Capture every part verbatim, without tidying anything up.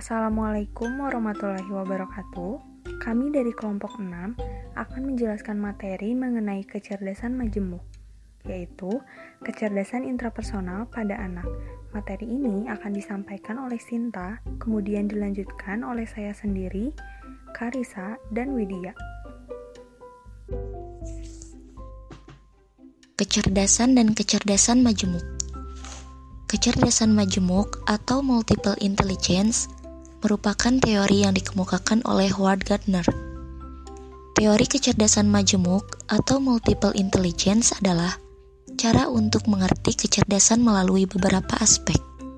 Assalamualaikum warahmatullahi wabarakatuh. Kami dari kelompok enam akan menjelaskan materi mengenai kecerdasan majemuk, yaitu kecerdasan intrapersonal pada anak. Materi ini akan disampaikan oleh Sinta, kemudian dilanjutkan oleh saya sendiri, Karisa, dan Widya. Kecerdasan dan kecerdasan majemuk. Kecerdasan majemuk atau multiple intelligence merupakan teori yang dikemukakan oleh Howard Gardner. Teori kecerdasan majemuk atau multiple intelligence adalah cara untuk mengerti kecerdasan melalui beberapa aspek.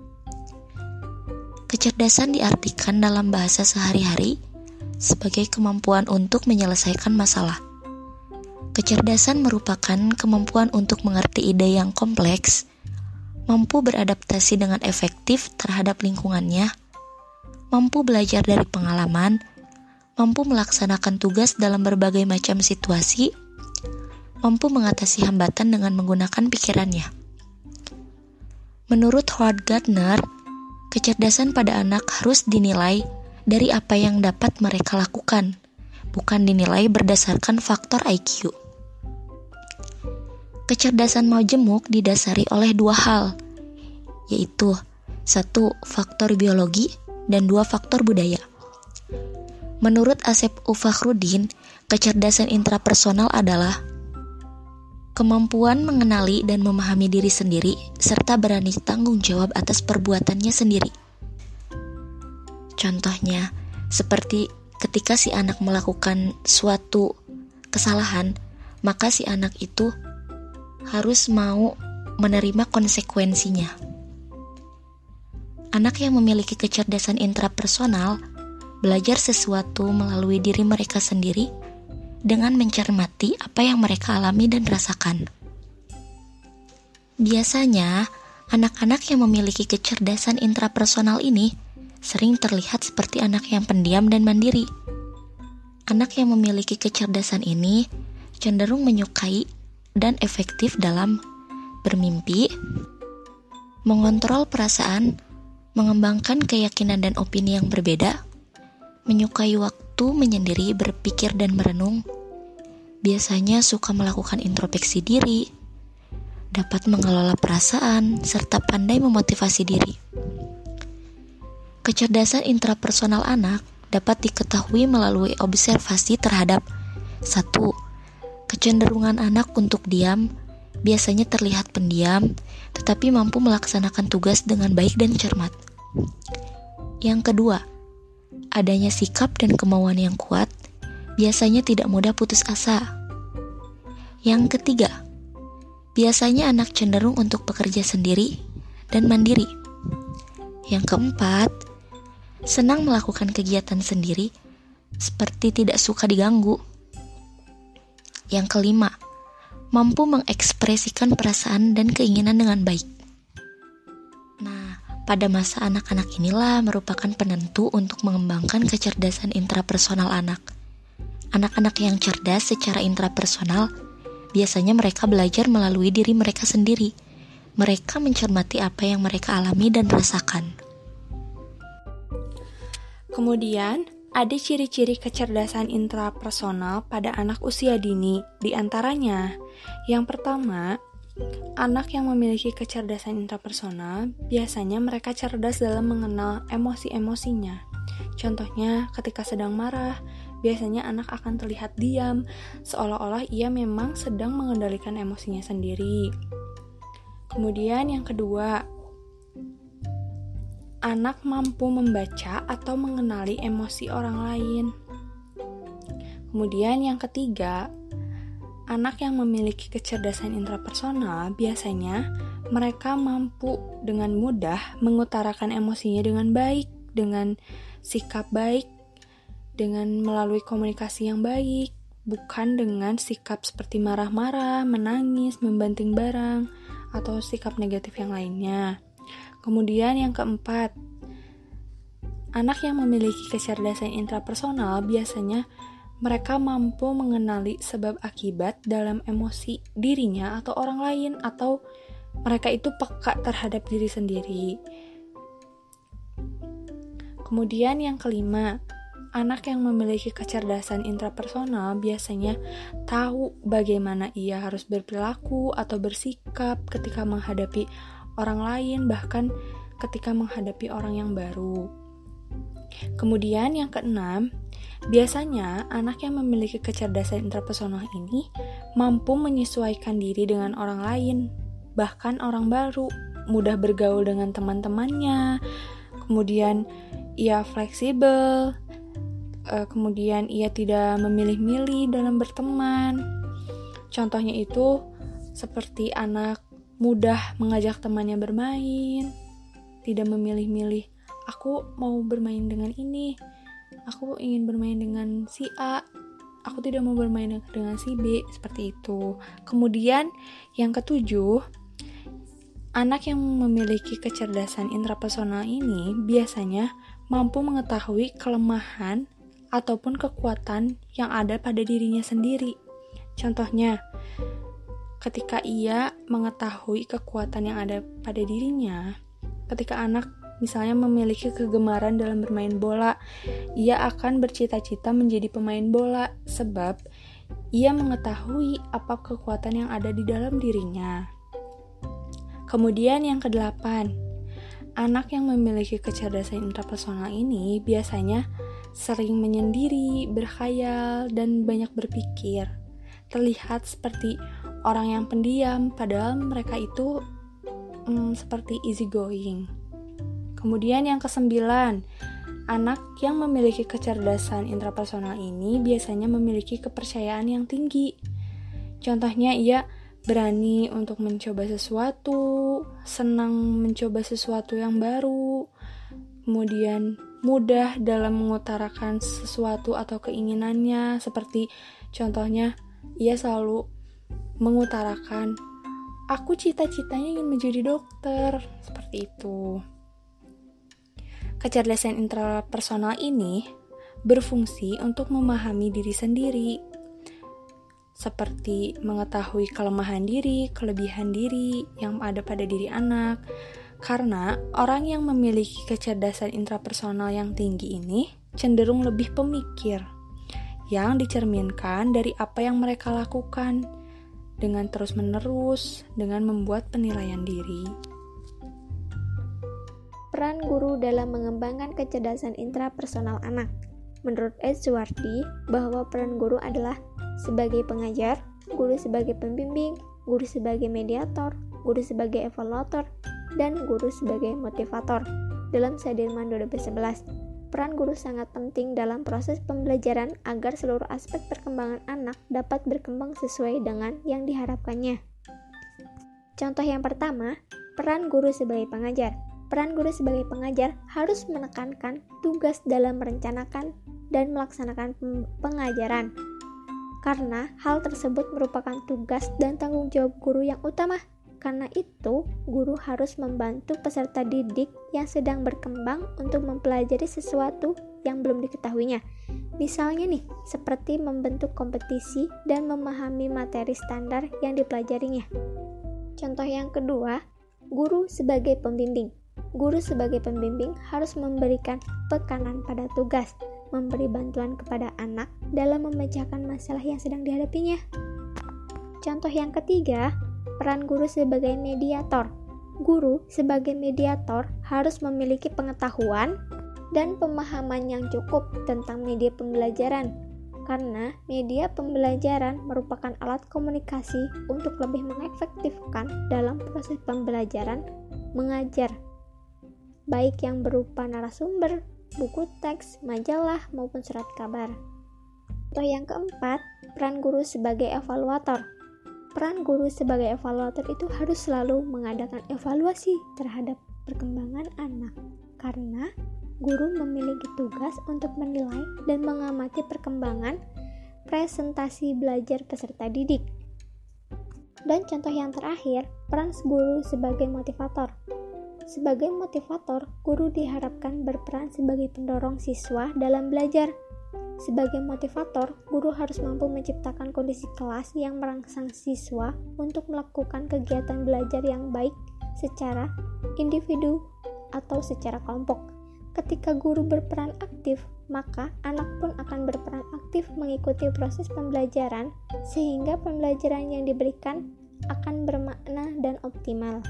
Kecerdasan diartikan dalam bahasa sehari-hari sebagai kemampuan untuk menyelesaikan masalah. Kecerdasan merupakan kemampuan untuk mengerti ide yang kompleks, mampu beradaptasi dengan efektif terhadap lingkungannya, mampu belajar dari pengalaman, mampu melaksanakan tugas dalam berbagai macam situasi, mampu mengatasi hambatan dengan menggunakan pikirannya. Menurut Howard Gardner, kecerdasan pada anak harus dinilai dari apa yang dapat mereka lakukan, bukan dinilai berdasarkan faktor I Q. Kecerdasan majemuk didasari oleh dua hal, yaitu satu, faktor biologi, dan dua, faktor budaya. Menurut Asep U. Fakhrudin, kecerdasan intrapersonal adalah kemampuan mengenali dan memahami diri sendiri, serta berani tanggung jawab atas perbuatannya sendiri. Contohnya, seperti ketika si anak melakukan suatu kesalahan, maka si anak itu harus mau menerima konsekuensinya. Anak yang memiliki kecerdasan intrapersonal belajar sesuatu melalui diri mereka sendiri dengan mencermati apa yang mereka alami dan rasakan. Biasanya, anak-anak yang memiliki kecerdasan intrapersonal ini sering terlihat seperti anak yang pendiam dan mandiri. Anak yang memiliki kecerdasan ini cenderung menyukai dan efektif dalam bermimpi, mengontrol perasaan, mengembangkan keyakinan dan opini yang berbeda, menyukai waktu menyendiri, berpikir dan merenung, biasanya suka melakukan introspeksi diri, dapat mengelola perasaan, serta pandai memotivasi diri. Kecerdasan intrapersonal anak dapat diketahui melalui observasi terhadap satu. Kecenderungan anak untuk diam biasanya terlihat pendiam, tetapi mampu melaksanakan tugas dengan baik dan cermat. Yang kedua, adanya sikap dan kemauan yang kuat, biasanya tidak mudah putus asa. Yang ketiga, biasanya anak cenderung untuk bekerja sendiri dan mandiri. Yang keempat, senang melakukan kegiatan sendiri, seperti tidak suka diganggu. Yang kelima, mampu mengekspresikan perasaan dan keinginan dengan baik. Nah, pada masa anak-anak inilah merupakan penentu untuk mengembangkan kecerdasan intrapersonal anak. Anak-anak yang cerdas secara intrapersonal, biasanya mereka belajar melalui diri mereka sendiri. Mereka mencermati apa yang mereka alami dan rasakan. Kemudian, ada ciri-ciri kecerdasan intrapersonal pada anak usia dini. Di antaranya, yang pertama, anak yang memiliki kecerdasan intrapersonal biasanya mereka cerdas dalam mengenal emosi-emosinya. Contohnya, ketika sedang marah, biasanya anak akan terlihat diam, seolah-olah ia memang sedang mengendalikan emosinya sendiri. Kemudian yang kedua, anak mampu membaca atau mengenali emosi orang lain. Kemudian yang ketiga, anak yang memiliki kecerdasan intrapersonal biasanya mereka mampu dengan mudah mengutarakan emosinya dengan baik, dengan sikap baik, dengan melalui komunikasi yang baik, bukan dengan sikap seperti marah-marah, menangis, membanting barang, atau sikap negatif yang lainnya. Kemudian yang keempat, anak yang memiliki kecerdasan intrapersonal biasanya mereka mampu mengenali sebab akibat dalam emosi dirinya atau orang lain, atau mereka itu peka terhadap diri sendiri. Kemudian yang kelima, anak yang memiliki kecerdasan intrapersonal biasanya tahu bagaimana ia harus berperilaku atau bersikap ketika menghadapi orang lain, bahkan ketika menghadapi orang yang baru. Kemudian yang keenam, biasanya anak yang memiliki kecerdasan intrapersonal ini mampu menyesuaikan diri dengan orang lain, bahkan orang baru, mudah bergaul dengan teman-temannya, kemudian ia fleksibel, kemudian ia tidak memilih-milih dalam berteman. Contohnya itu seperti anak mudah mengajak temannya bermain, tidak memilih-milih, aku mau bermain dengan ini, aku ingin bermain dengan si A, aku tidak mau bermain dengan si B, seperti itu. Kemudian yang ketujuh, anak yang memiliki kecerdasan intrapersonal ini biasanya mampu mengetahui kelemahan ataupun kekuatan yang ada pada dirinya sendiri. Contohnya, ketika ia mengetahui kekuatan yang ada pada dirinya, ketika anak misalnya memiliki kegemaran dalam bermain bola, ia akan bercita-cita menjadi pemain bola sebab ia mengetahui apa kekuatan yang ada di dalam dirinya. Kemudian yang kedelapan, anak yang memiliki kecerdasan intrapersonal ini biasanya sering menyendiri, berkhayal, dan banyak berpikir. Terlihat seperti orang yang pendiam, padahal mereka itu hmm, seperti easy going. Kemudian yang kesembilan, anak yang memiliki kecerdasan intrapersonal ini biasanya memiliki kepercayaan yang tinggi. Contohnya, ia berani untuk mencoba sesuatu, senang mencoba sesuatu yang baru, kemudian mudah dalam mengutarakan sesuatu atau keinginannya, seperti contohnya ia selalu mengutarakan, aku cita-citanya ingin menjadi dokter, seperti itu. Kecerdasan intrapersonal ini berfungsi untuk memahami diri sendiri, seperti mengetahui kelemahan diri, kelebihan diri yang ada pada diri anak. Karena orang yang memiliki kecerdasan intrapersonal yang tinggi ini cenderung lebih pemikir, yang dicerminkan dari apa yang mereka lakukan dengan terus-menerus, dengan membuat penilaian diri. Peran guru dalam mengembangkan kecerdasan intrapersonal anak. Menurut Ed Suwardi, bahwa peran guru adalah sebagai pengajar, guru sebagai pembimbing, guru sebagai mediator, guru sebagai evaluator, dan guru sebagai motivator. Dalam Sudirman dua ribu sebelas, peran guru sangat penting dalam proses pembelajaran agar seluruh aspek perkembangan anak dapat berkembang sesuai dengan yang diharapkannya. Contoh yang pertama, peran guru sebagai pengajar. Peran guru sebagai pengajar harus menekankan tugas dalam merencanakan dan melaksanakan pengajaran, karena hal tersebut merupakan tugas dan tanggung jawab guru yang utama. Karena itu, guru harus membantu peserta didik yang sedang berkembang untuk mempelajari sesuatu yang belum diketahuinya. Misalnya nih, seperti membentuk kompetisi dan memahami materi standar yang dipelajarinya. Contoh yang kedua, guru sebagai pembimbing. Guru sebagai pembimbing harus memberikan tekanan pada tugas, memberi bantuan kepada anak dalam memecahkan masalah yang sedang dihadapinya. Contoh yang ketiga, peran guru sebagai mediator. Guru sebagai mediator harus memiliki pengetahuan dan pemahaman yang cukup tentang media pembelajaran, karena media pembelajaran merupakan alat komunikasi untuk lebih mengefektifkan dalam proses pembelajaran mengajar, baik yang berupa narasumber, buku teks, majalah, maupun surat kabar. Contoh yang keempat, peran guru sebagai evaluator. Peran guru sebagai evaluator itu harus selalu mengadakan evaluasi terhadap perkembangan anak, karena guru memiliki tugas untuk menilai dan mengamati perkembangan presentasi belajar peserta didik. Dan contoh yang terakhir, peran guru sebagai motivator. Sebagai motivator, guru diharapkan berperan sebagai pendorong siswa dalam belajar. Sebagai motivator, guru harus mampu menciptakan kondisi kelas yang merangsang siswa untuk melakukan kegiatan belajar yang baik secara individu atau secara kelompok. Ketika guru berperan aktif, maka anak pun akan berperan aktif mengikuti proses pembelajaran sehingga pembelajaran yang diberikan akan bermakna dan optimal.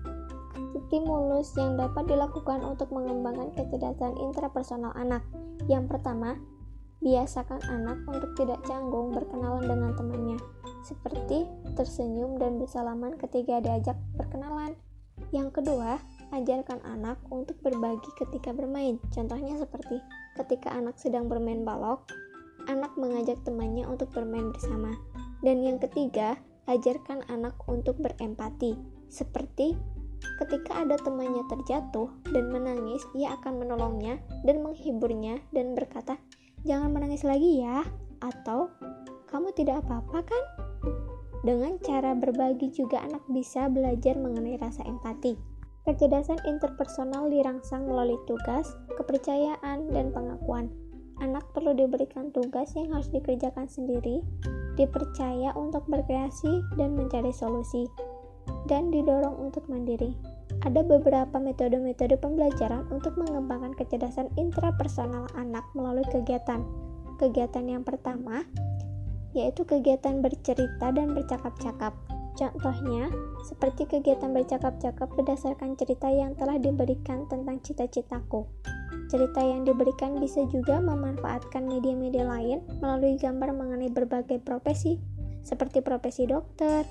Stimulus yang dapat dilakukan untuk mengembangkan kecerdasan intrapersonal anak. Yang pertama, biasakan anak untuk tidak canggung berkenalan dengan temannya, seperti tersenyum dan bersalaman ketika diajak berkenalan. Yang kedua, ajarkan anak untuk berbagi ketika bermain. Contohnya seperti ketika anak sedang bermain balok, anak mengajak temannya untuk bermain bersama. Dan yang ketiga, ajarkan anak untuk berempati. Seperti ketika ada temannya terjatuh dan menangis, ia akan menolongnya dan menghiburnya dan berkata, "Jangan menangis lagi ya," atau "Kamu tidak apa-apa kan?" Dengan cara berbagi juga anak bisa belajar mengenai rasa empati. Kecerdasan interpersonal dirangsang melalui tugas, kepercayaan, dan pengakuan. Anak perlu diberikan tugas yang harus dikerjakan sendiri, dipercaya untuk berkreasi dan mencari solusi, dan didorong untuk mandiri. Ada beberapa metode-metode pembelajaran untuk mengembangkan kecerdasan intrapersonal anak melalui kegiatan. Kegiatan yang pertama yaitu kegiatan bercerita dan bercakap-cakap. Contohnya, seperti kegiatan bercakap-cakap berdasarkan cerita yang telah diberikan tentang cita-citaku. Cerita yang diberikan bisa juga memanfaatkan media-media lain melalui gambar mengenai berbagai profesi, seperti profesi dokter,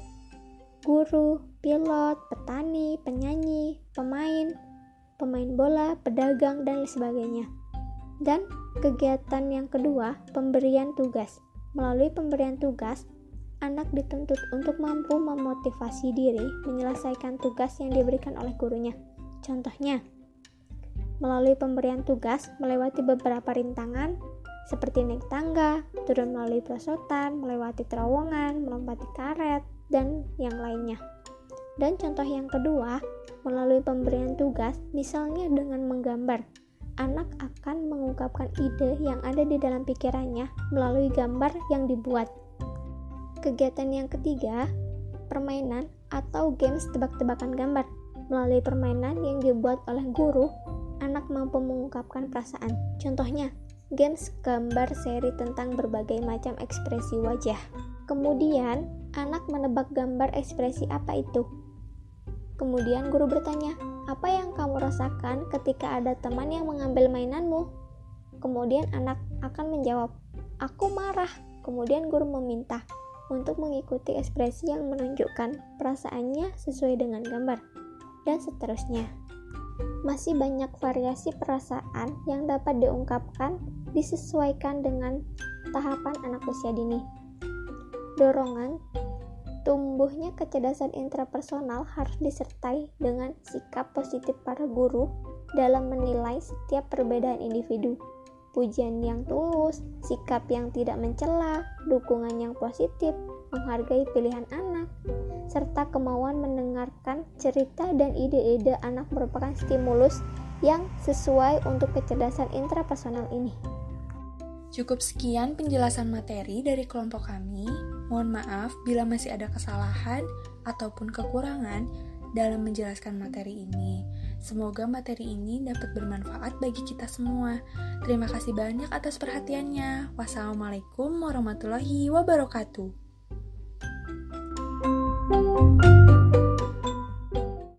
guru, pilot, petani, penyanyi, pemain, pemain bola, pedagang, dan lain sebagainya. Dan kegiatan yang kedua, pemberian tugas. Melalui pemberian tugas, anak dituntut untuk mampu memotivasi diri menyelesaikan tugas yang diberikan oleh gurunya. Contohnya, melalui pemberian tugas melewati beberapa rintangan seperti naik tangga, turun melalui perosotan, melewati terowongan, melompati karet, dan yang lainnya. Dan contoh yang kedua, melalui pemberian tugas, misalnya dengan menggambar. Anak akan mengungkapkan ide yang ada di dalam pikirannya melalui gambar yang dibuat. Kegiatan yang ketiga, permainan atau games tebak-tebakan gambar. Melalui permainan yang dibuat oleh guru, anak mampu mengungkapkan perasaan. Contohnya, games gambar seri tentang berbagai macam ekspresi wajah. Kemudian, anak menebak gambar ekspresi apa itu. Kemudian guru bertanya, "Apa yang kamu rasakan ketika ada teman yang mengambil mainanmu?" Kemudian anak akan menjawab, "Aku marah." Kemudian guru meminta untuk mengikuti ekspresi yang menunjukkan perasaannya sesuai dengan gambar, dan seterusnya. Masih banyak variasi perasaan yang dapat diungkapkan disesuaikan dengan tahapan anak usia dini. Dorongan tumbuhnya kecerdasan intrapersonal harus disertai dengan sikap positif para guru dalam menilai setiap perbedaan individu. Pujian yang tulus, sikap yang tidak mencela, dukungan yang positif, menghargai pilihan anak, serta kemauan mendengarkan cerita dan ide-ide anak merupakan stimulus yang sesuai untuk kecerdasan intrapersonal ini. Cukup sekian penjelasan materi dari kelompok kami. Mohon maaf bila masih ada kesalahan ataupun kekurangan dalam menjelaskan materi ini. Semoga materi ini dapat bermanfaat bagi kita semua. Terima kasih banyak atas perhatiannya. Wassalamualaikum warahmatullahi wabarakatuh.